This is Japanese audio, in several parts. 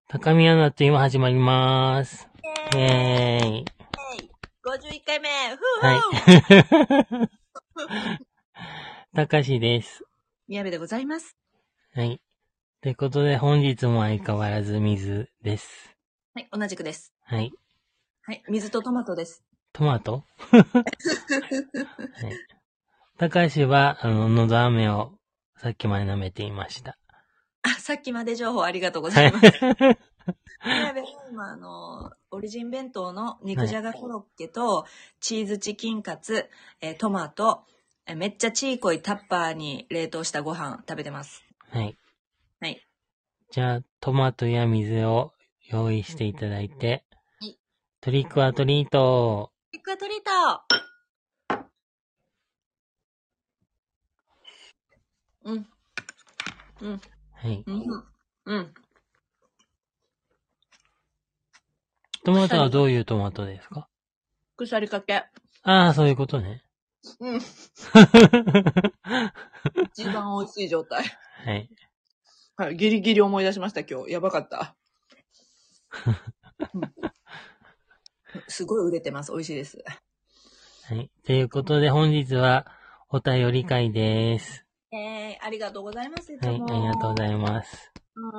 高宮のあっという間始まりまーす。イェーイ。 51回目はい。たかしです。 宮部でございます。 はい。ということで、本日も相変わらず水です。 はい、同じくです。 はい。 はい、水とトマトです。 トマトはい。たかしは、のど飴をさっきまで舐めていました。 あ、さっきまで情報ありがとうございます。宮部は今、オリジン弁当の肉じゃがコロッケと、チーズチキンカツ、トマト、めっちゃちいこいタッパーに冷凍したご飯食べてます。 はい。 はい。 じゃあ、トマトや水を用意していただいて、 はい。 トリックアトリート。 トリックアトリート。うん。うん。 はい。 うん。うん。 トマトはどういうトマトですか？ 腐りかけ。 ああ、そういうことね。 うん。一番美味しい状態。 はい。 はい、ギリギリ思い出しました、今日。やばかった。うん、すごい売れてます。美味しいです。 はい。ということで、本日はお便り会です。 ありがとうございます。 はい、ありがとうございます。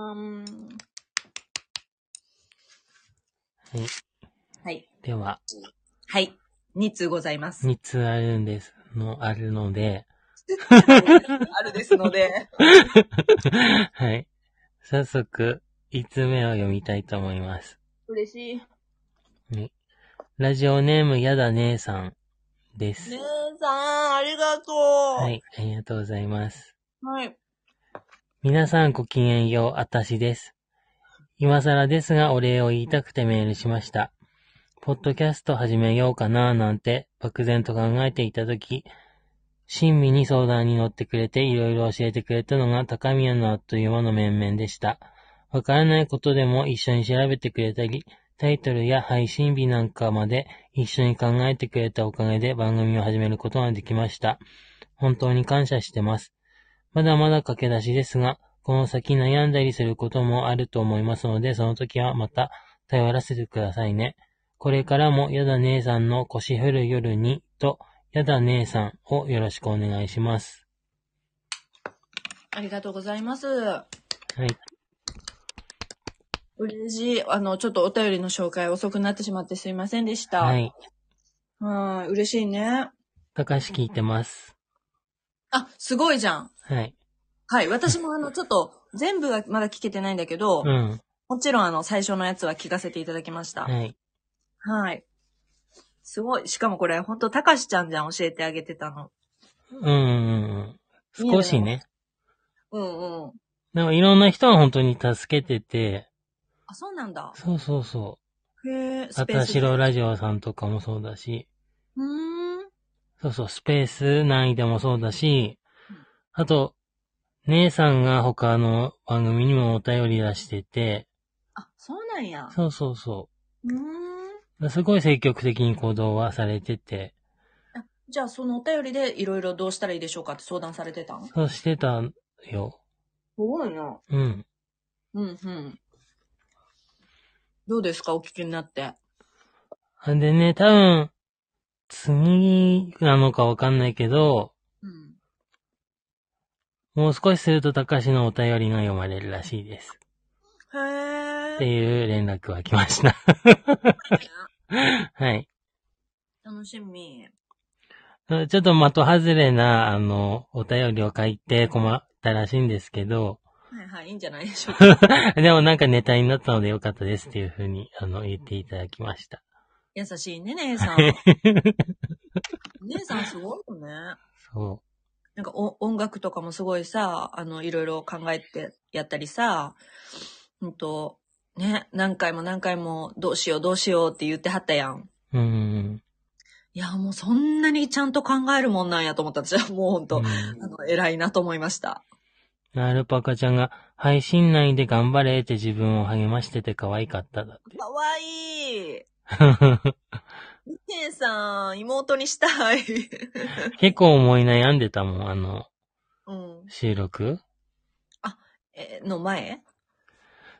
はい。 はい。 では。 はい。2通ございます。 2通あるので。 あるですので。 はい。早速、5つ目を読みたいと思います。 嬉しい。 はい。ラジオネームやだ姉さんです。 姉さん、ありがとう。 はい、ありがとうございます。 はい。 皆さんごきげんよう、あたしです。今更ですがお礼を言いたくてメールしました。ポッドキャスト始めようかななんて漠然と考えていたとき、親身に相談に乗ってくれていろいろ教えてくれたのが高宮のあっという間の面々でした。わからないことでも一緒に調べてくれたり、タイトルや配信日なんかまで一緒に考えてくれたおかげで番組を始めることができました。本当に感謝してます。まだまだ駆け出しですが、この先悩んだりすることもあると思いますので、その時はまた頼らせてくださいね。これからもやだ姉さんの腰振る夜にと、やだ姉さんをよろしくお願いします。 ありがとうございます。 はい。 嬉しい。ちょっとお便りの紹介遅くなってしまってすいませんでした。 はい。 嬉しいね。 たかし聞いてます。 あ、すごいじゃん。 はい。 はい。私もちょっと全部はまだ聞けてないんだけど、 うん。 もちろん最初のやつは聞かせていただきました。 はい。 はい。すごい。しかもこれ、ほんと、たかしちゃんじゃん、教えてあげてたの。 少しね。 うんうん。 でもいろんな人は本当に助けてて。 あ、そうなんだ。 そうそうそう。 へえ、 あたしろラジオさんとかもそうだし。そうそう、スペース内でもそうだし、あと、姉さんが他の番組にもお便り出してて。 あ、そうなんや。 そうそうそう。すごい積極的に行動はされてて。 じゃあ、そのお便りでいろいろどうしたらいいでしょうかって相談されてたん？ そうしてたよ。 すごいな。 うん。 うんうん。どうですか、お聞きになって。 でね、多分、次なのかわかんないけど、もう少しすると高しのお便りが読まれるらしいです。 へー。 っていう連絡が来ました。はい。 楽しみ。 ちょっと的外れな、お便りを書いて困ったらしいんですけど。 はいはい、いいんじゃないでしょうか。 でもなんかネタになったのでよかったですっていうふうに、言っていただきました。 優しいね、姉さん。姉さんすごいよね。 そう。 なんか音楽とかもすごいさ、いろいろ考えてやったりさ、ね、何回も何回もどうしようどうしようって言ってはったやん。いや、もうそんなにちゃんと考えるもんなんやと思った。私はもうほんと、偉いなと思いました。 アルパカちゃんが配信内で頑張れって自分を励ましてて可愛かっただって。 可愛い。姉さん、妹にしたい。 結構思い悩んでたもん、収録の前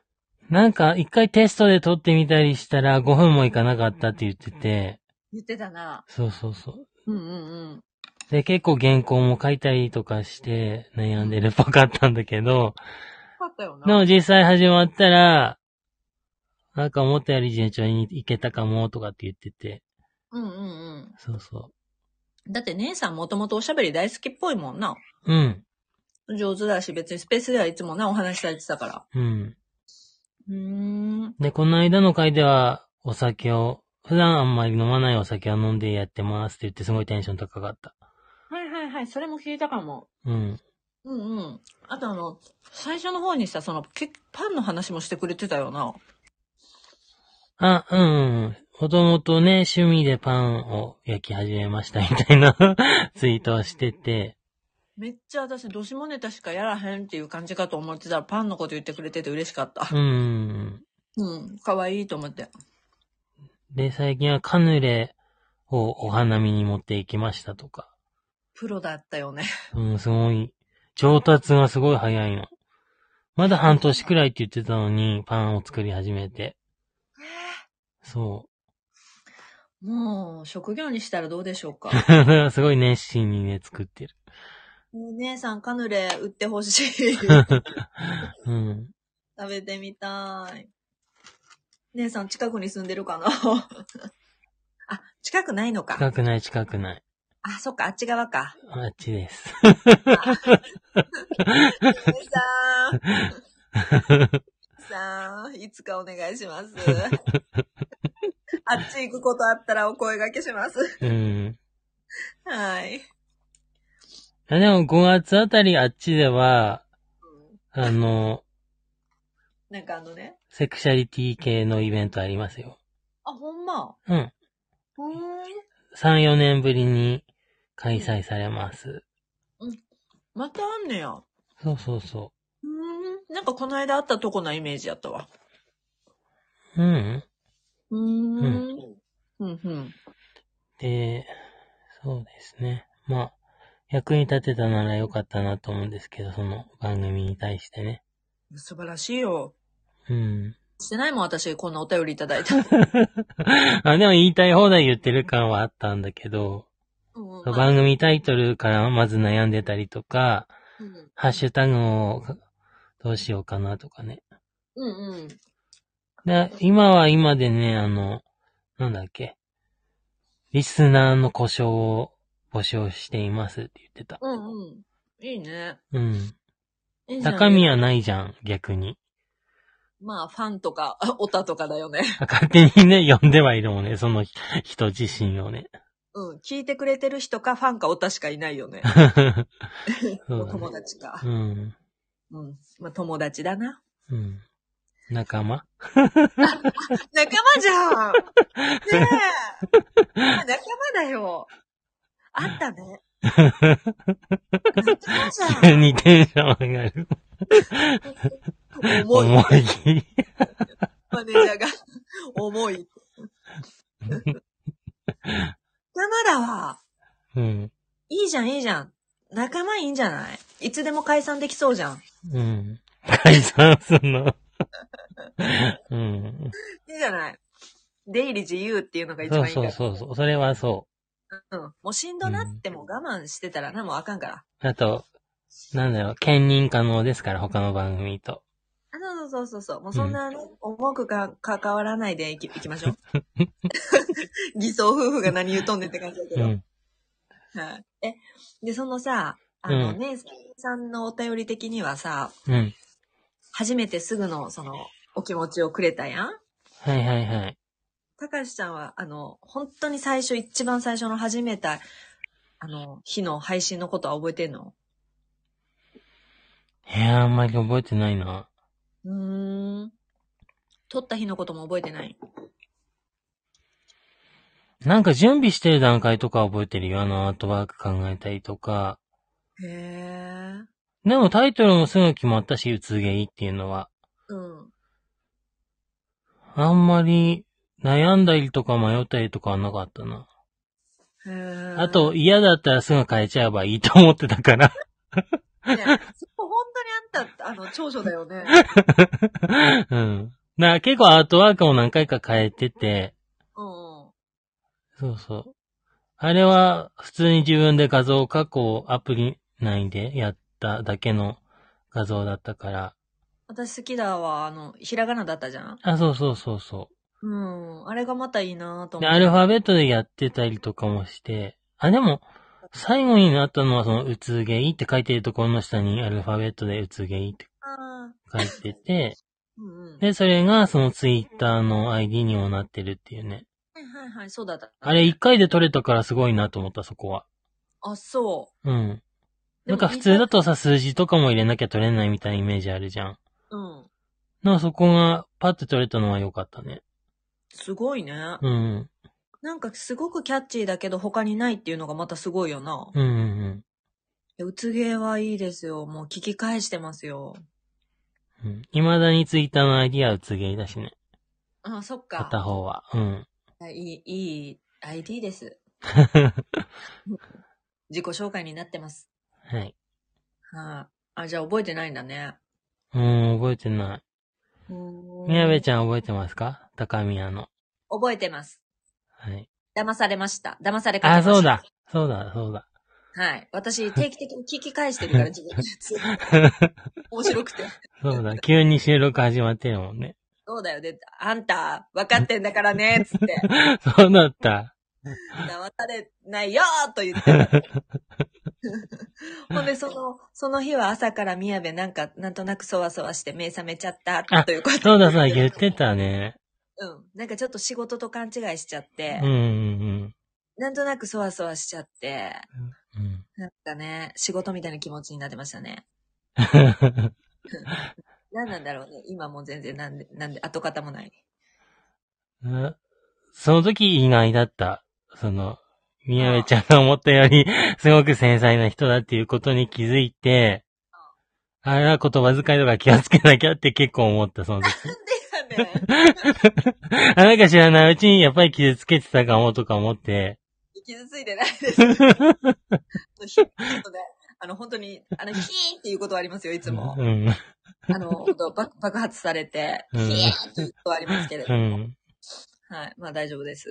なんか、一回テストで撮ってみたりしたら5分もいかなかったって言ってて。 言ってたな。 そうそうそう。 うんうんうん。 で、結構原稿も書いたりとかして悩んでるっぽかったんだけど、 よかったよな。 でも実際始まったら、なんか思ったより順調にいけたかもとかって言ってて。 うんうんうん。 そうそだって姉さんもともとおしゃべり大好きっぽいもんな。 う。うん。 上手だし、別にスペースではいつもな、お話しされてたから。 うん。 ん。 で、この間の回では、お酒を、普段あんまり飲まないお酒を飲んでやってますって言ってすごいテンション高かった。 はいはいはい、それも聞いたかも。 うん。 うんうん。あと最初の方にさ、パンの話もしてくれてたよな。 あ、うん。もともとね、趣味でパンを焼き始めましたみたいなツイートをしてて。 めっちゃ私、どしもネタしかやらへんっていう感じかと思ってたら、パンのこと言ってくれてて嬉しかった。 うん。 うん、かわいいと思って。 で、最近はカヌレをお花見に持って行きましたとか。 プロだったよね。 うん、すごい。上達がすごい早いの。まだ半年くらいって言ってたのに、パンを作り始めて。そもう、職業にしたらどうでしょうか。 う。すごい熱心にね、作ってる。 姉さん、カヌレ売ってほしい。 うん。 食べてみたい。姉さん、近くに住んでるかなあ、近くないのか。 近くない近くない。 あ、そっか、あっち側か。 あっちです。 姉さん、いつかお願いします。あっち行くことあったらお声掛けします。 うん。 はい。 でも5月あたりあっちでは、 なんかね。 セクシャリティ系のイベントありますよ。 あ、ほんま。 うん。 3、 3、4年ぶりに開催されます。 またあんねや。 そうそうそなんかこの間あったとこなイメージやったわ。 う。うん。 うん。 で、そうですね。まあ、役に立てたならよかったなと思うんですけど、その番組に対してね。 素晴らしいよ。 うん。 してないもん、私、こんなお便りいただいた。 あ、でも言いたい放題言ってる感はあったんだけど、番組タイトルからまず悩んでたりとか、ハッシュタグをどうしようかなとかね。で、今は今でね、なんだっけ。リスナーの故障を募集していますって言ってた。 いいね。 うん。中身はないじゃん、逆に。 まあ、ファンとか、オタとかだよね。 勝手にね、呼んではいるもんね、その人自身をね。 聞いてくれてる人か、ファンかオタしかいないよね。 そうだね、 友達か。まあ、友達だな。 仲間仲間じゃんねえ仲間だよ。あったね。 急にテンション上がる。重い。 マネージャーが、重い。仲間だわ。いいじゃん。仲間いいんじゃない？いつでも解散できそうじゃん。 解散すんの。 いいじゃない。出入り自由っていうのが一番いいから。 そう。それはそう。 もうしんどなっても我慢してたらな、もうあかんから。 あと、なんだろう、兼任可能ですから、他の番組と。 そう。もうそんなね、重く関わらないでいきましょう。偽装夫婦が何言うとんねんって感じだけど。はい。で、そのさ、姉さんのお便り的にはさ、初めてすぐの、お気持ちをくれたやん？ はい。 たかしちゃんは、本当に一番最初の始めた、日の配信のことは覚えてんの？ あんまり覚えてないな。 撮った日のことも覚えてない？ なんか準備してる段階とか覚えてるよ。アートワーク考えたりとか。 へー。でもタイトルもすぐ決まったし、うつげいっていうのは。あんまり悩んだりとか迷ったりとかはなかったな。あと、嫌だったらすぐ変えちゃえばいいと思ってたから。 ね、そこ本当にあんた、長所だよね。 結構アートワークも何回か変えてて、 うんうん。 そうそう。あれは普通に自分で画像加工アプリ内でやっただけの画像だったから。 私好きだわ。ひらがなだったじゃん。 あ、そうそうそうそうん。あれがまたいいなとう。で、アルフ思って。 ァベットでやってたりとかもして、あ、でも、最後になったのはその、うつげいって書いてるところの下にアルファベットでうつげいってああ。 書いてて、 うんうん。 で、それがそのツイッターの ID にもなってるっていうね。 はいはいはい、そうだったあれ一ね。 回で撮れたからすごいなと思った、そこは。 あ、そうん。 う。でなんか普も言いたい。 通だとさ、数字とかも入れなきゃ撮れないみたいなイメージあるじゃん。 うん。 なんかそこがパッて撮れたのは良かったね。 すごいね。 うん。 なんかすごくキャッチーだけど他にないっていうのがまたすごいよな。 うんうんうつげはいいですよ。もう聞き返してますよ。 うん。未だにツイッターのアイディアはつげいだしね。 あ、そっか。 片方は。うん。 いい ID です。自己紹介になってます。 はい。 はい、あ、じゃあ覚えてないんだね。 覚えてない。みやべちゃん覚えてますか？高宮の。 覚えてます。 はい。 騙されました。騙されかけあ、 ました。 そうだ。そうだ、そうだ。 はい。私、定期的に聞き返してるから、自分のやつ。面白くて。 そうだ。急に収録始まってるもんね。 そうだよね。あんた、分かってんだからね、つって。 そうだった。 騙されないよーと言ってた。ほんで、その日は朝から宮部なんとなくそわそわして目覚めちゃったあ、 ということそうだ、そうだ、言ってたね。 うん。なんかちょっと仕事と勘違いしちゃっうんて、 うんなんとなくそわそわしちゃって、 うん。 なんかね、仕事みたいな気持ちになってましたね。何なんだろうね。今もう全然なんで、跡形もない。 その時意外だった。みやべちゃんが思ったより、すごく繊細な人だっていうことに気づいて、あれは言葉遣いとか気をつけなきゃって結構思った、その時。 なんでやねん。 なんか知らないうちにやっぱり傷つけてたかもとか思って。 傷ついてないです。ちょっとね、本当に、ヒーっていうことはありますよ、いつも。 うん。 本当爆発されて、ヒーっていうことはありますけれども。 うん。 はい。まあ大丈夫です。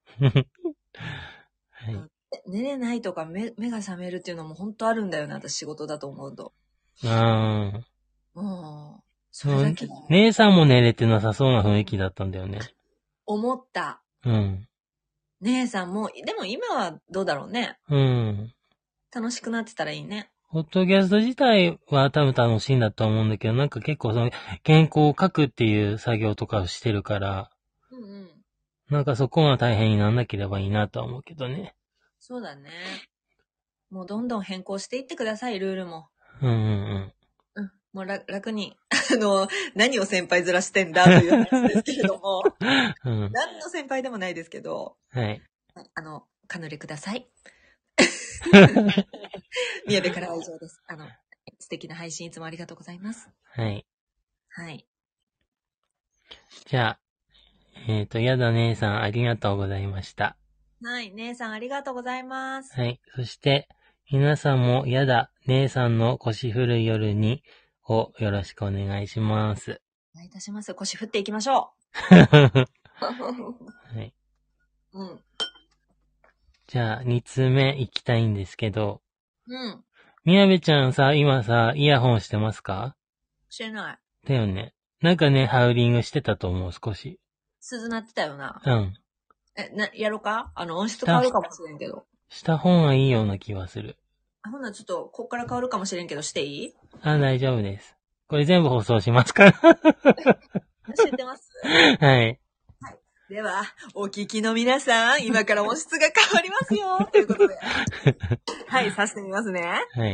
はい。 寝れないとか目が覚めるっていうのも本当あるんだよね、私仕事だと思うと。 ああ。 もう、それだけ。 姉さんも寝れてなさそうな雰囲気だったんだよね。 思った。 うん。 姉さんも、でも今はどうだろうね。 うん。 楽しくなってたらいいね。 ホットキャスト自体は多分楽しいんだと思うんだけど、なんか結構原稿を書くっていう作業とかをしてるから、 うんうん。 なんかそこが大変にならなければいいなとは思うけどね。 そうだね。もうどんどん変更していってください、ルールも。 うんうんうん。もう楽に、何を先輩ずらしてんだという話ですけれども。 うん。うん。 何の先輩でもないですけど、 はい。 カヌレください。宮部からは以上です。素敵な配信いつもありがとうございます。 はい。 はい。 じゃあ、やだ姉さんありがとうございました。 はい。姉さんありがとうございます。 はい。そして、皆さんもやだ姉さんの腰振る夜にをよろしくお願いします。 お願いいたします。腰振っていきましょはう。 い。 うん。 じゃあ、2通目行きたいんですけど、 うん。 みやべちゃんさ、今さ、イヤホンしてますか？ してない。 だよね。なんかね、ハウリングしてたと思う、少し。 鈴鳴ってたよな。 うん。 やろうか音質変わるかもしれんけど。 した方がいいような気はする。 ほんならちょっと、こっから変わるかもしれんけど、していい？ あ、大丈夫です。これ全部放送しますから。 教えてます。 はい。 では、お聞きの皆さん、今から音質が変わりますよ。ということで。はい、させてみますね。 はい。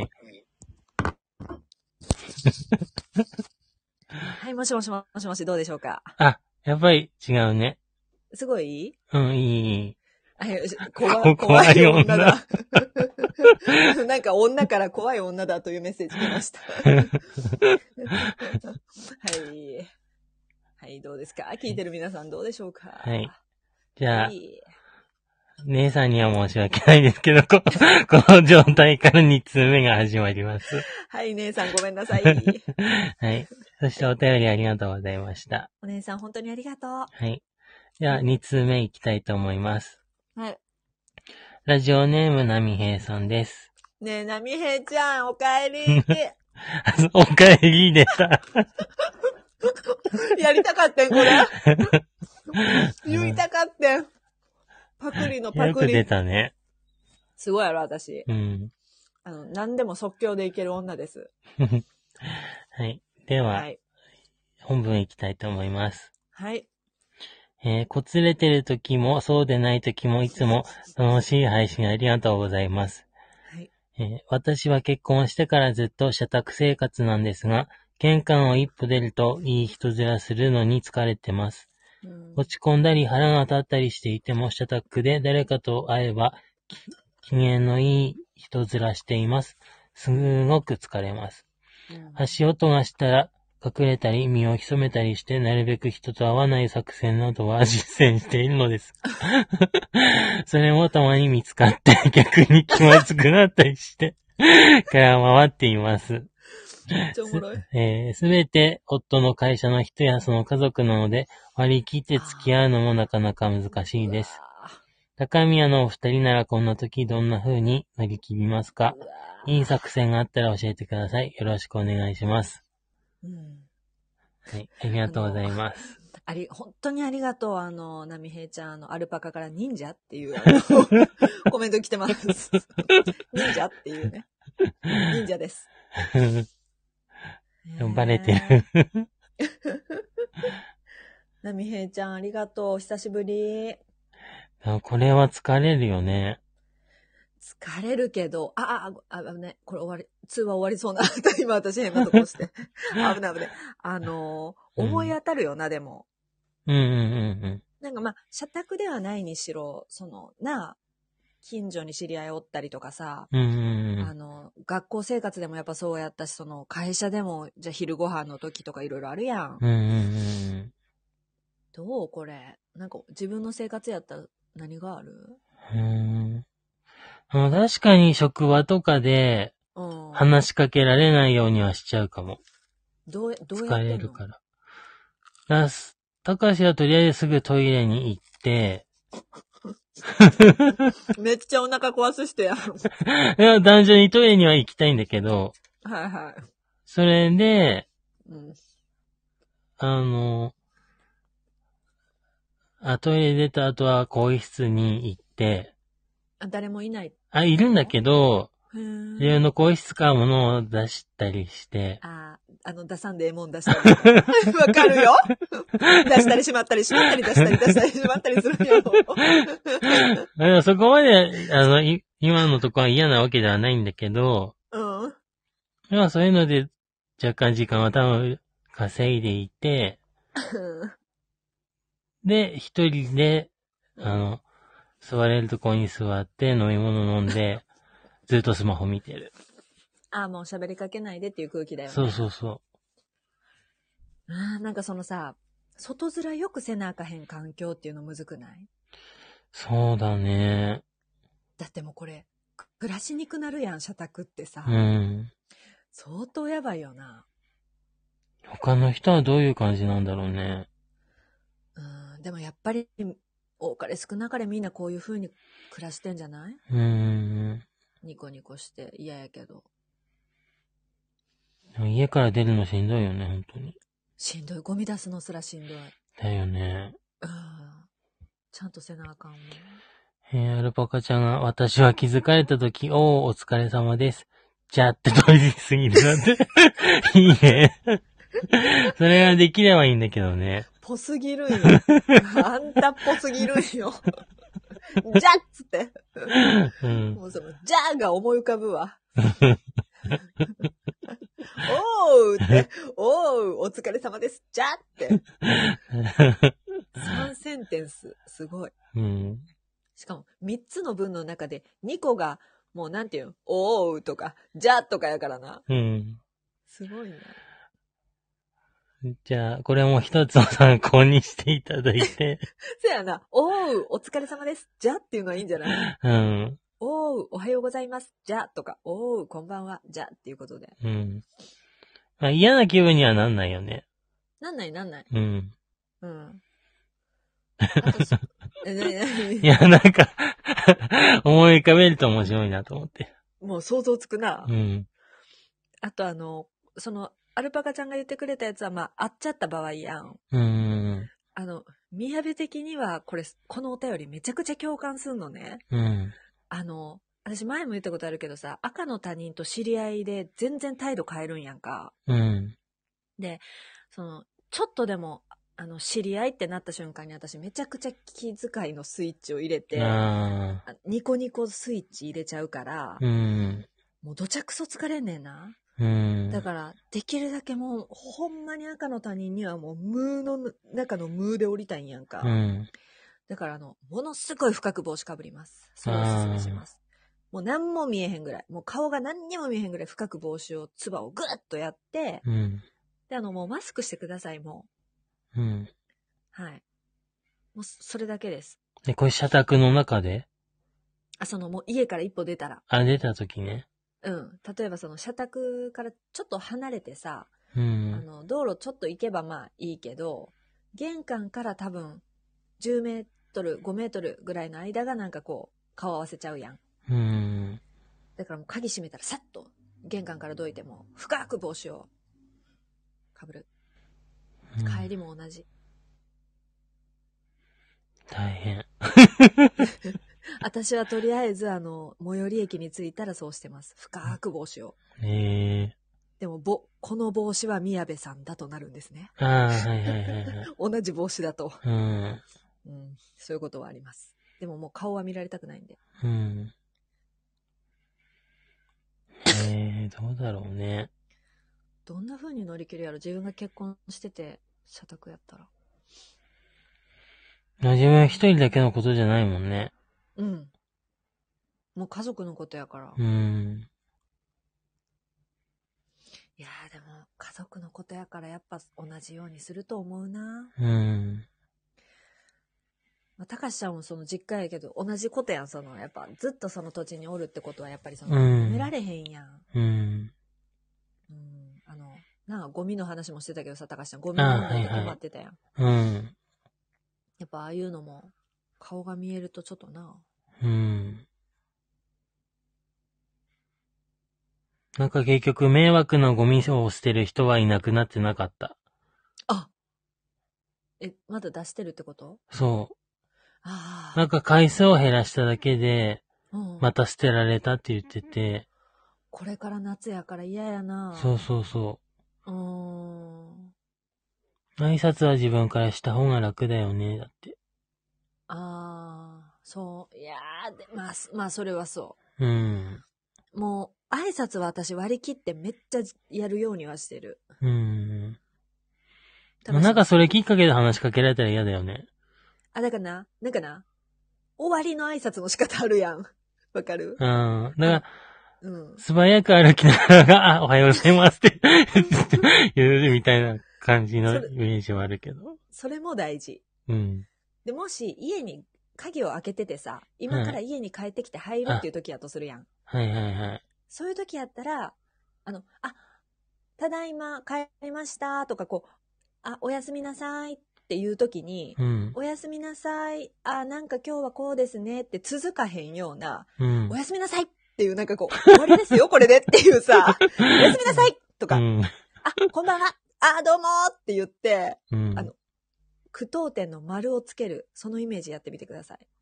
はい、もしもしもしもし、どうでしょうか？ あ、やっぱり違うね。 すごい？ うん、いい。 あ、 怖い女だ。なんか女から怖い女だというメッセージ来ました。はい。はい、どうですか？聞いてる皆さんどうでしょうか？ はい。じゃあ、 姉さんには申し訳ないですけど、この状態から2通目が始まります。 はい、姉さんごめんなさい。 はい。そしてお便りありがとうございました。 お姉さん本当にありがとう。 はい。では、2通目いきたいと思います。 はい。 ラジオネームなみへいさんです。 ねえ、なみへいちゃん、おかえり。 おかえりでた。 やりたかったん、これ。言いたかったん。パクリのパよくクリ。 出たね。 すごいやろ、私。 うん。 何でも即興でいける女です。 はい。では、 はい。 本文いきたいと思います。 はい。 こつれてる時も、そうでない時もいつも楽しい配信ありがとうございます。 はい。 私は結婚してからずっと社宅生活なんですが、玄関を一歩出るといい人面するのに疲れてます。落ち込んだり腹が立ったりしていても社宅で誰かと会えば機嫌のいい人面しています。すごく疲れます。足音がしたら隠れたり身を潜めたりしてなるべく人と会わない作戦などは実践しているのです。それもたまに見つかって逆に気まずくなったりしてから回っています。 めっちゃおもろい。 すべて夫の会社の人やその家族なので割り切って付き合うのもなかなか難しいです。高宮のお二人ならこんな時どんな風に乗り切りますか？いい作戦があったら教えてください。よろしくお願いします。はい、ありがとうございます。 本当にありがとう。なみへいちゃん、アルパカから忍者っていう、コメント来てます。忍者っていうね。忍者です。 バレてる。 なみへいちゃん、ありがとう。久しぶり。 これは疲れるよね。 疲れるけど、ね、これ終わり、通話終わりそうな。今私変なとこして。危ない危ない。思い当たるよな、でも。なんかまあ、社宅ではないにしろ、近所に知り合いおったりとかさ、学校生活でもやっぱそうやったし、会社でも、じゃあ昼ご飯の時とかいろいろあるやん。どうこれ。なんか自分の生活やったら何がある？ 確かに職場とかで話しかけられないようにはしちゃうかも。 どうやってんの？ 疲れるから。たかしはとりあえずすぐトイレに行って、 めっちゃお腹壊す人やん。 いや、単純にトイレには行きたいんだけど、 はいはい。 それで、トイレ出た後は更衣室に行って、 誰もいない。 いるんだけど、自分の更衣室から物を出したりして。 出さんでええもん出したり。わかるよ。出したりしまったりしまったり出したり出したりしまったりするよ。そこまで、今のとこは嫌なわけではないんだけど、そういうので若干時間は多分稼いでいて、で、一人で、座れるところに座って飲み物飲んで、ずっとスマホ見てる。 もう喋りかけないでっていう空気だよね。 そう。 なんか外面よくせなあかへん環境っていうのむずくない？ そうだね。 だってもうこれ、暮らしにくなるやん、社宅ってさ。相当やばいよな。 他の人はどういう感じなんだろうね。 でもやっぱり、多かれ少なかれみんなこういう風に暮らしてんじゃない？ニコニコして嫌やけど。 でも家から出るのしんどいよね、本当に。 しんどい。ゴミ出すのすらしんどい。 だよね。 ちゃんとせなあかんわ。 アルパカちゃんが、私は気づかれたとき、お疲れ様です。じゃあって通り過ぎるなんて。いいね。それができればいいんだけどね。 ぽすぎるんよ。あんたっぽすぎるんよ。じゃっつって。もうじゃーが思い浮かぶわ。おーって、お疲れ様です。じゃって。3センテンス、すごい。しかも、3つの文の中で、2個が、もうなんていうの、おーとか、じゃとかやからな。すごいな。 じゃあ、これも一つの参考にしていただいて。 そやな。お疲れ様です。じゃっていうのはいいんじゃない？ うん。 おはようございます。じゃとか、こんばんは。じゃっていうことで。 うん。まあ、嫌な気分にはなんないよね。 なんない。 うん。 うん。あと、 いや、なんか思い浮かべると面白いなと思って。 もう想像つくな。 うん。 あとアルパカちゃんが言ってくれたやつは、会っちゃった場合やん。 うん。 みやべ的には、このお便りめちゃくちゃ共感すんのね。 うん。 私前も言ったことあるけどさ、赤の他人と知り合いで全然態度変えるんやんか。 うん。 で、ちょっとでも、知り合いってなった瞬間に私めちゃくちゃ気遣いのスイッチを入れて、 ああ。 ニコニコスイッチ入れちゃうから、 うん。 もうどちゃくそ疲れんねんな。 うん。 だから、できるだけもう、ほんまに赤の他人にはもう、ムーの中のムーで降りたいんやんか。 うん。 だからものすごい深く帽子かぶります。それをおすすめします。もう何も見えへんぐらい、もう顔が何にも見えへんぐらい深く帽子を、つばをぐっとやって、 うん。 で、もうマスクしてください、もうん。 う。はい。もう、それだけです。 で、これ社宅の中でもう家から一歩出たら。 出た時ね。 うん。例えば社宅からちょっと離れてさ、 うん。 道路ちょっと行けばいいけど、玄関から多分、10メートル、5メートルぐらいの間がなんかこう、顔合わせちゃうやん。 うん。 だからもう鍵閉めたらさっと玄関からどいても深く帽子をかぶる。帰りも同じ。 大変。 私はとりあえず最寄り駅に着いたらそうしてます。深く帽子を。でもこの帽子は宮部さんだとなるんですね。 はい。 同じ帽子だと。 うん。 そういうことはあります。でももう顔は見られたくないんで。 うん。どうだろうね。 どんな風に乗り切るやろ？自分が結婚してて、社宅やったら。 自分一人だけのことじゃないもんね。 うん。もう家族のことやから。 うん。 いやーでも、家族のことやからやっぱ同じようにすると思うな。 うん。 たかしちゃんも実家やけど、同じことやん、やっぱずっとその土地におるってことはやっぱりうんやめられへんやん。 うん。 ゴミの話もしてたけどさ、たかしちゃん、ゴミ問題で困ってたやん。 うん。 やっぱああいうのも、顔が見えるとちょっとな。 うん。なんか結局迷惑なゴミを捨てる人はいなくなってなかった。 あ、まだ出してるってこと？ そう。 ああ。 なんか回数を減らしただけで、 うん、 また捨てられたって言ってて。 これから夏やから嫌やな。 そう。挨拶は自分からした方が楽だよね、だって。 そう。いやーで、まあ、それはそうん。 う。もう、挨拶は私割り切ってめっちゃやるようにはしてる。 うん。なんかそれきっかけで話しかけられたら嫌だよね。 だからなんかな、終わりの挨拶の仕方あるやん。わかる？ だから、 うん。 素早く歩きながら、おはようございますって言うみたいな感じのイメージはあるけど。 それも大事。 うん。 で、もし家に鍵を開けててさ、今から家に帰ってきて入るっていう時やとするやん。 はい。 そういう時やったら、ただいま帰りましたとかおやすみなさいっていう時に、おやすみなさい、なんか今日はこうですねって続かへんような、おやすみなさいっていう終わりですよこれでっていうさ、おやすみなさいとか、こんばんは、どうもって言って、句読点の丸をつける、そのイメージやってみてください。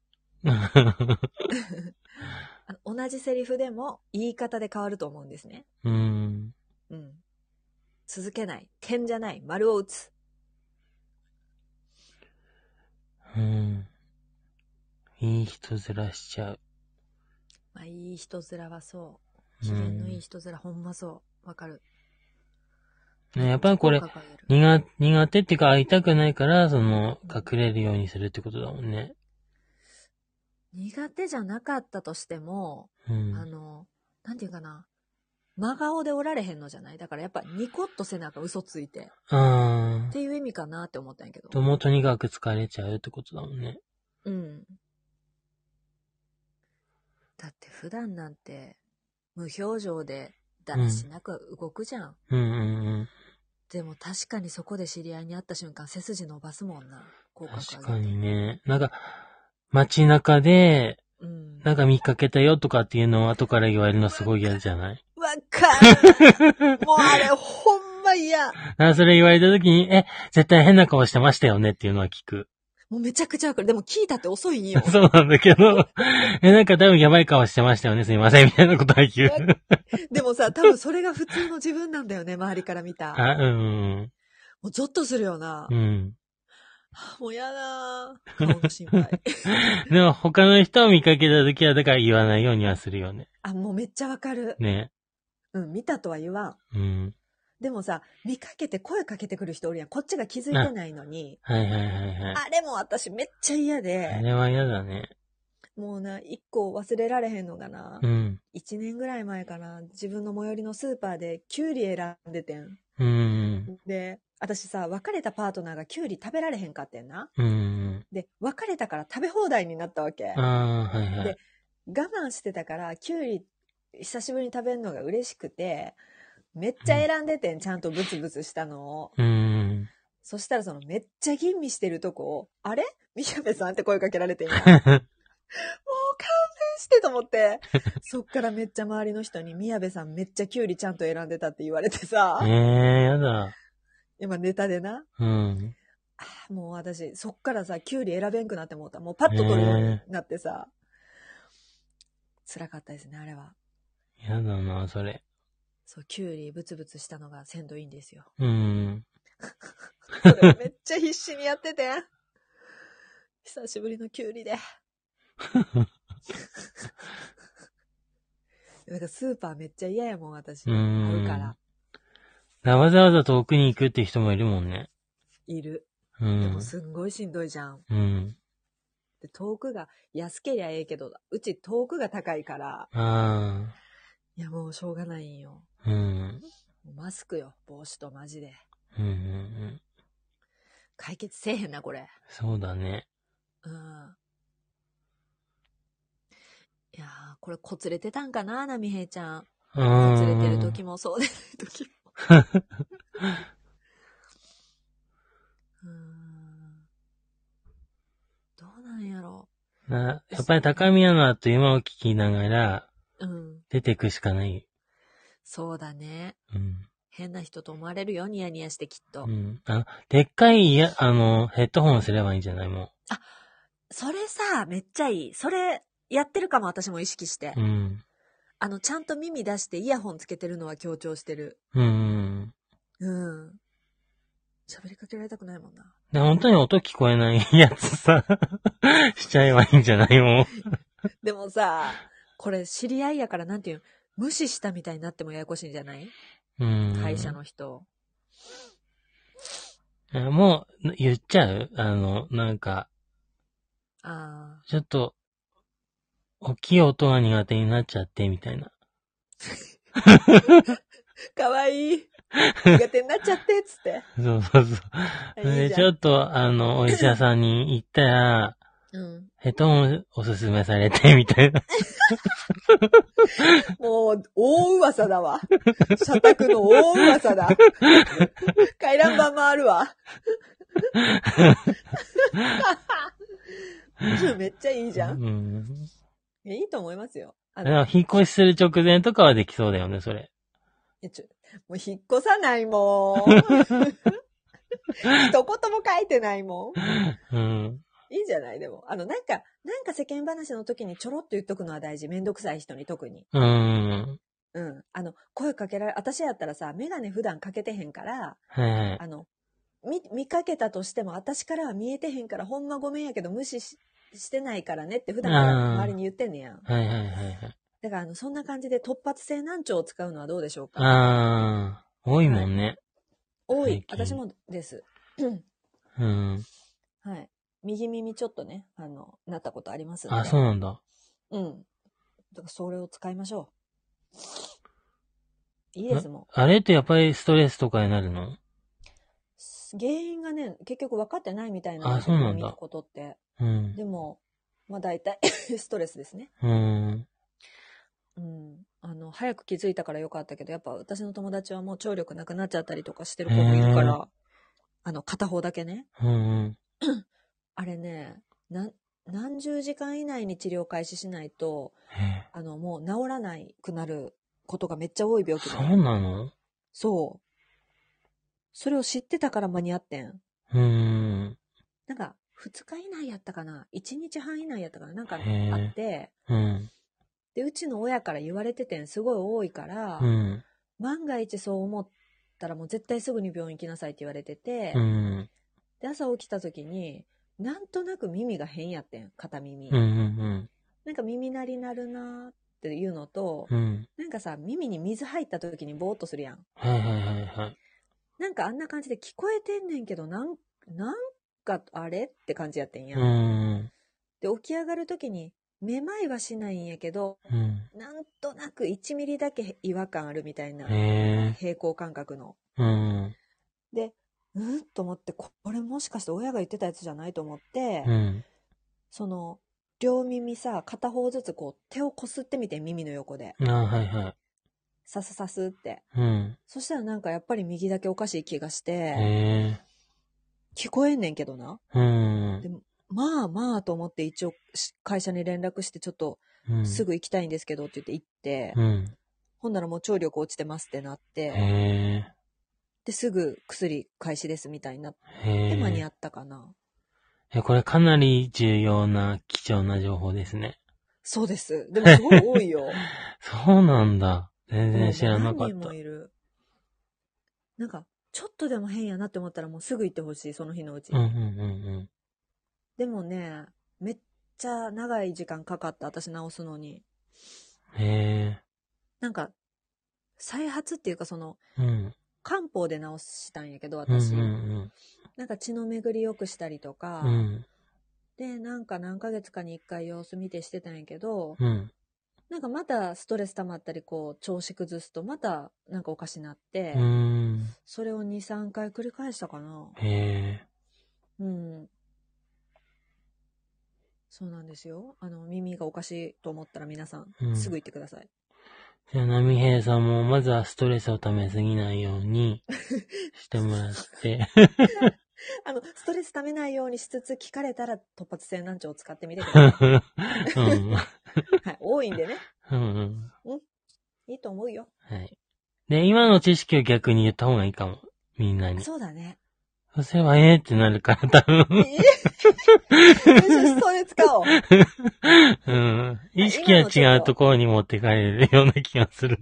同じセリフでも言い方で変わると思うんですね。続けない。点じゃない。丸を打つ。 いい人面しちゃう。 いい人面はそう。機嫌のいい人面、ほんまそう。わかる。 やっぱりこれ、苦手っていうか会いたくないから、隠れるようにするってことだもんね。 苦手じゃなかったとしても、なんていうかな。 真顔でおられへんのじゃない？だからやっぱニコッとせなあかん、嘘ついて。っていう意味かなって思ったんやけど。 もうとにかく疲れちゃうってことだもんね。 うん。だって普段なんて無表情でだらしなく動くじゃん。 うんうんうん。 でも確かにそこで知り合いに会った瞬間背筋伸ばすもんな。口角上げて。 確かにね。なんか、街中で、 うん。 なんか見かけたよとかっていうのを後から言われるのすごい嫌じゃない？ わかる。もうあれほんま嫌。 それ言われた時に、絶対変な顔してましたよねっていうのは聞く。 もうめちゃくちゃわかる。でも聞いたって遅いんよ。 そうなんだけど、なんか多分やばい顔してましたよね、すいません、みたいなことは言う。 でもさ、多分それが普通の自分なんだよね、周りから見た。 うん。 もうゾッとするよな。 うん。 もうやだー。顔の心配。 でも他の人を見かけた時はだから言わないようにはするよね。 あ、もうめっちゃわかる。 ね。 うん、見たとは言わん。 うん。 でもさ、見かけて声かけてくる人おるやん。こっちが気づいてないのに。 はいはいはいはい。 あれも私めっちゃ嫌で。 あれは嫌だね。 もうな、一個忘れられへんのがな。 うん。 1年ぐらい前かな。自分の最寄りのスーパーでキュウリ選んでてん。 うん。 で、私さ、別れたパートナーがキュウリ食べられへんかってんな。 うん。 で、別れたから食べ放題になったわけ。 ああ、はいはい。 で、我慢してたから、キュウリ久しぶりに食べるのが嬉しくて、めっちゃ選んでてん、ちゃんとブツブツしたのを。 うん。 そしたらそのめっちゃ吟味してるとこを、あれ宮部さんって声かけられてんや。もう勘弁してと思って。そっからめっちゃ周りの人に宮部さんめっちゃキュウリちゃんと選んでたって言われてさ。 やだ。 今ネタでな。 うん。 もう私、そっからさ、キュウリ選べんくなって思った。もうパッと取るようになってさ。辛かったですね、あれは。 やだな、それ。 そう、キュウリブツブツしたのが鮮度いいんですよ。 うん。 それめっちゃ必死にやってて。久しぶりのキュウリで。なんかスーパーめっちゃ嫌やもん、私。会うから。 わざわざ遠くに行くって人もいるもんね。 いる。 うん。 でもすんごいしんどいじゃん。 うん。 で遠くが安けりゃええけど、うち遠くが高いから。 ああ。 いやもうしょうがないんよ。 うん。 マスクよ、帽子とマジで。 うんうんうん。 解決せえへんな、これ。 そうだね。 うん。いやー、これこつれてたんかな、波平ちゃん。こつれてる時もそうでない時も。どうなんやろう。 やっぱり高宮のあっという間を聞きながら、 うん。 出てくしかない。 そうだね。 うん。 変な人と思われるよ、ニヤニヤしてきっと。 うん。でっかい、ヘッドホンすればいいんじゃないもん。 あ、それさ、めっちゃいい。それ、やってるかも、私も意識して。 うん。 ちゃんと耳出してイヤホンつけてるのは強調してる。 うん。 うん。喋りかけられたくないもんな。 で、本当に音聞こえないやつさ、しちゃえばいいんじゃないもん。 でもさ、これ知り合いやからなんていうの、無視したみたいになってもややこしいんじゃない？会社の人。 もう、言っちゃう？なんか、ちょっと、大きい音が苦手になっちゃって、みたいな。 かわいい。苦手になっちゃって、つって。 そうそうそう。で、ちょっと、お医者さんに行ったら、ヘッドホンおすすめされて、みたいな。 もう、大噂だわ。社宅の大噂だ。回覧板もあるわ。めっちゃいいじゃん。いいと思いますよ。 引っ越しする直前とかはできそうだよね、それ。 もう引っ越さないもん。一言も書いてないもん。いいじゃない、でも。なんか世間話の時にちょろっと言っとくのは大事。めんどくさい人に特に。声かけられ、私やったらさ、メガネ普段かけてへんから、見かけたとしても、私からは見えてへんから、ほんまごめんやけど、無視してないからねって普段から周りに言ってんねやん。だから、そんな感じで突発性難聴を使うのはどうでしょうか？ 多いもんね。 多い。私もです。はい。右耳ちょっとね、なったことありますんで。 あ、そうなんだ。 だからそれを使いましょう。 いいですもん。 あれってやっぱりストレスとかになるの？ 原因がね、結局分かってないみたいなんあ、 ですよ、 そうなんだ。 病気のことって。 うん。 でも、まあ大体ストレスですね。 うん。 うん。早く気づいたからよかったけど、やっぱ私の友達はもう聴力なくなっちゃったりとかしてるへ子もいるかえ。 ら、片方だけね。 うん。 あれね、何十時間以内に治療開始しないと、 へえ。 もう治らないくなることがめっちゃ多い病気そうで。 なの？ そう。それを知ってたから間に合ってん。なんか、2日以内やったかな ?1 日半以内やったかななんかへあっえ。 て、 うん。 で、うちの親から言われててん、すごい多いかうら、 ん。 万が一そう思ったらもう絶対すぐに病院行きなさいって言われてうて、 ん。 で、朝起きた時に、なんとなく耳が変やってん、片耳。 うん。 なんか耳鳴りなるなーっていうのと、 うん。 なんかさ、耳に水入った時にボーっとするやん。 はいはいはいはい。 なんかあんな感じで聞こえてんねんけど、なんかあれって感じやってんうや。 ん。 で、起き上がる時に、めまいはしないんやけど、 うん。 なんとなく1ミリだけ違和感あるみたいな、なんかへえ。 平行感覚の。 うん。 で、と思って、これもしかして親が言ってたやつじゃないと思って、 うん。 その、両耳さ、片方ずつこう手をこすってみて、耳の横で。 あ、はいはい。 さすさすって。 うん。 そしたらなんかやっぱり右だけおかしい気がして、 へえ。 聞こえんねんけどな。 うん。 で、まあまあと思って一応会社に連絡してちょっとうん。 すぐ行きたいんですけどって言って行って、 うん。 ほんならもう聴力落ちてますってなっへて、 え。 で、すぐ薬開始ですみたいになって間にへ合ったかな。 え。これかなり重要な貴重な情報ですね。 そうです。でもすごい多いよ。 そうなんだ。全然うん、 知らなもう何かった。 人もいる。なんか、ちょっとでも変やなって思ったらもうすぐ行ってほしい、その日のうちに。 うんうんでもね、めっちゃ長い時間かかった、私治すのに。 うん。へえ。 なんか、再発っていうかうん。 漢方で治したんやけど、 うんう私。 んなんか血の巡り良くしたりとうん。うか、 ん。 で、なんか何ヶ月かに一回様子見てしてたんやけど、 うん。 なんかまたストレス溜まったり、こう、調子崩すと、またなんかおかしなっうーて、 ん。 それを2、3回繰り返したかな。 へえ。 うん。そうなんですよ。耳がおかしいと思ったら皆さん、 うん。 すぐ行ってください。 じゃあ、波平さんも、まずはストレスを溜めすぎないようにしてもらって。 ストレス溜めないようにしつつ、聞かれたら突発性難聴を使ってみてください。 うん。 はい。多いんでね。 うんうん。 うん。いいと思うよ。 はい。で、今の知識を逆に言った方がいいかも。みんなに。 そうだね。 そうすればってなるから多分。 それ使おう。 うん。意識今がのちょっと。 違うところに持ってかれるような気がする。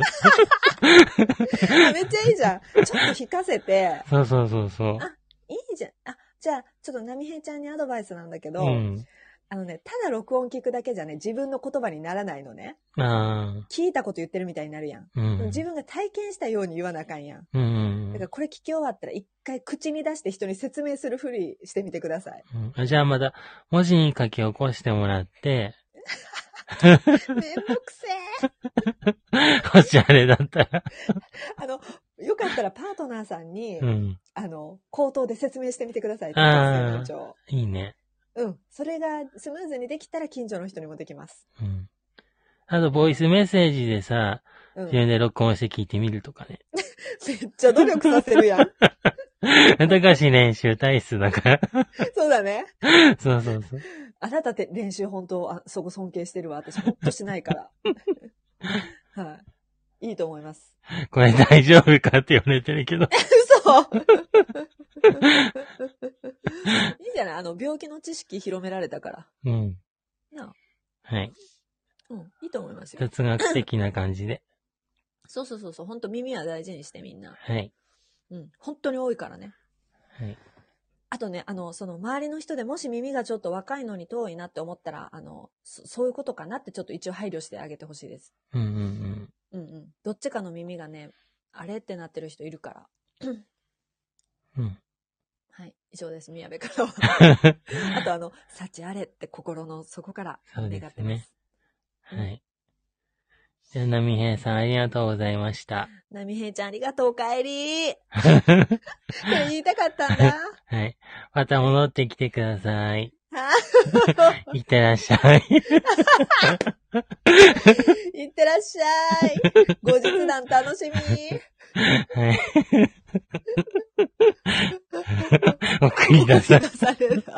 めっちゃいいじゃん。ちょっと引かせて。 そうそうそうそあ、いいじゃん。じゃあ、ちょっと波平ちゃんにアドバイスなんだけう。うど、 ん。 ただ録音聞くだけじゃね、自分の言葉にならないのね。 ああ。 聞いたこと言ってるみたいになるやん。 うでもん。 自分が体験したように言わなあかんやん。 うん。 だからこれ聞き終わったら一回口に出して人に説明するふりしてみてください。 うん、じゃあまた、文字に書き起こしてもらって、 めんどくせもしあれだったら。 え。よかったらパートナーさんに、 うん。 口頭で説明してみてください。突発性難聴。 いいね。 うん。それがスムーズにできたら近所の人にもできます。 うん。あと、ボイスメッセージでさ、 うん。 自分で録音して聞いてみるとかね。 めっちゃ努力させるやん。 高橋練習体質だから。 そうだね。 そうそうそう。 あなたって練習本当、そこ尊敬してるわ。私ほんとしないから。はい。いいと思います。 これ大丈夫かって言われてるけど。 嘘いいじゃない病気の知識広められたから。 うん。 なはい。 うん、いいと思いますよ。 雑学的な感じで。 そうそうそうそう。本当耳は大事にしてみんな。 はい。 うん。本当に多いからね。 はい。 あとね、その周りの人でもし耳がちょっと若いのに遠いなって思ったら、そういうことかなってちょっと一応配慮してあげてほしいです。 うんうんうん。 うんうん。どっちかの耳がね、あれってなってる人いるから。 うん。 はい。以上です、宮部からは。あと幸あれって心の底から願ってます。 そうですね。はい。 じゃあ、波平さんありがとうございました。 波平ちゃんありがとう、お帰り。これ言いたかったんだ。 はい。また戻ってきてください。 はいってらっしゃい。 いってらっしゃい。後日談楽しみ。 はい。送り出さ送り出された。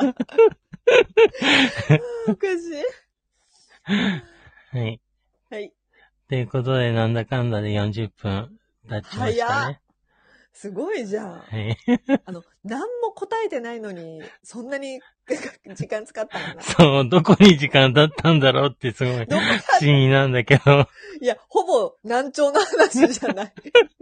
おかしい。 はい。 はい。 ということで、なんだかんだで40分経ちましたね。 すごいじゃん。 はい。 何も答えてないのに、そんなに時間使ったのな。 そう、どこに時間経ったんだろうってすごい不思議なんだけど。 いや、ほぼ難聴の話じゃない。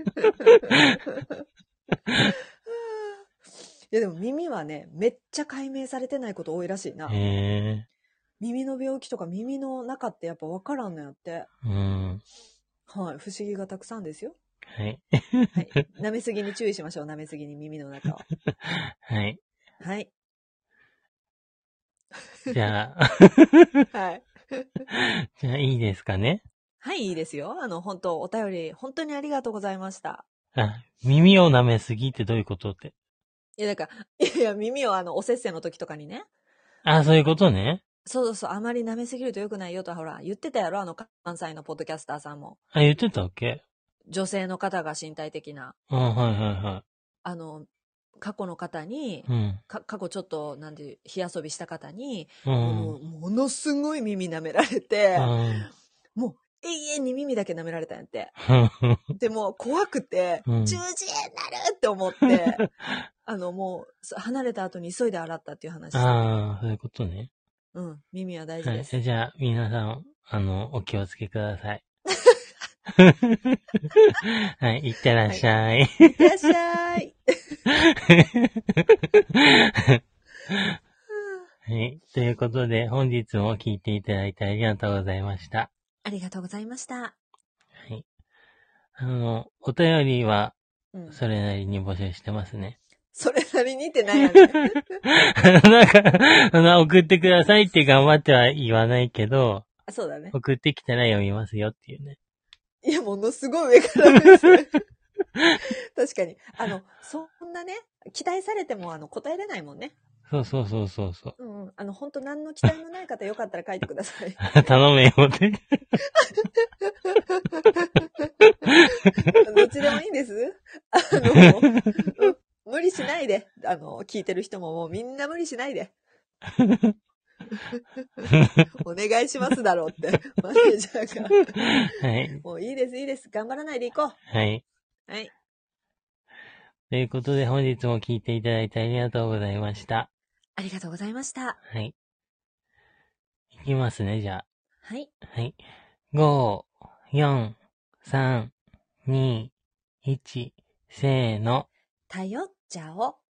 いやでも耳はね、めっちゃ解明されてないこと多いらしいな。耳の病気とか耳の中ってやっぱ分からんのやって。はい、不思議がたくさんですよ。 はい。 はい。舐めすぎに注意しましょう。舐めすぎに耳の中を。 はい。 はい。 じゃあ。 はい。 じゃあいいですかね。 はい、いいですよ。本当お便り、本当にありがとうございました。 耳を舐めすぎってどういうことって。 いや、だから、いや、耳をおせっせの時とかにね。 そういうことね。 そうそう、あまり舐めすぎると良くないよと、ほら、言ってたやろ、関西のポッドキャスターさんも。 言ってたっけ？ 女性の方が身体的な。 はいはいはい。 過去の方に、過去ちょっと、なんで、火遊びした方に、ものすごい耳舐められて、もう永遠に耳だけ舐められたんやって。でも怖くて、中耳炎になるって思って、もう、離れた後に急いで洗ったっていう話してて。 そういうことね。 耳は大事です。 はい、じゃあ、皆さん、お気をつけください。はい、いってらっしゃい。 いってらっしゃい。 はい。ということで、本日も聞いていただいてありがとうございました。 ありがとうございました。はい。お便りは、それなりに募集してますね。 それなりにって何やねん。 なんか、送ってくださいって頑張っては言わないけど、 そうだね。 送ってきたら読みますよっていうね。 いや、ものすごい上から目線。確かに。そんなね、期待されても答えれないもんね。 そう。 本当何の期待もない方よかったら書いてください。 頼めよって。 どっちでもいいんです。無理しないで。聞いてる人ももうみんな無理しないで。お願いしますだろうって、マネージャーが。はい。もういいです。頑張らないでいこう。 はい。 はい。 ということで本日も聞いていただいてありがとうございました。 ありがとうございました。 はい。いきますね、じゃあ。 はい。 はい。5、4、3、2、1、せーの。 頼っちゃお。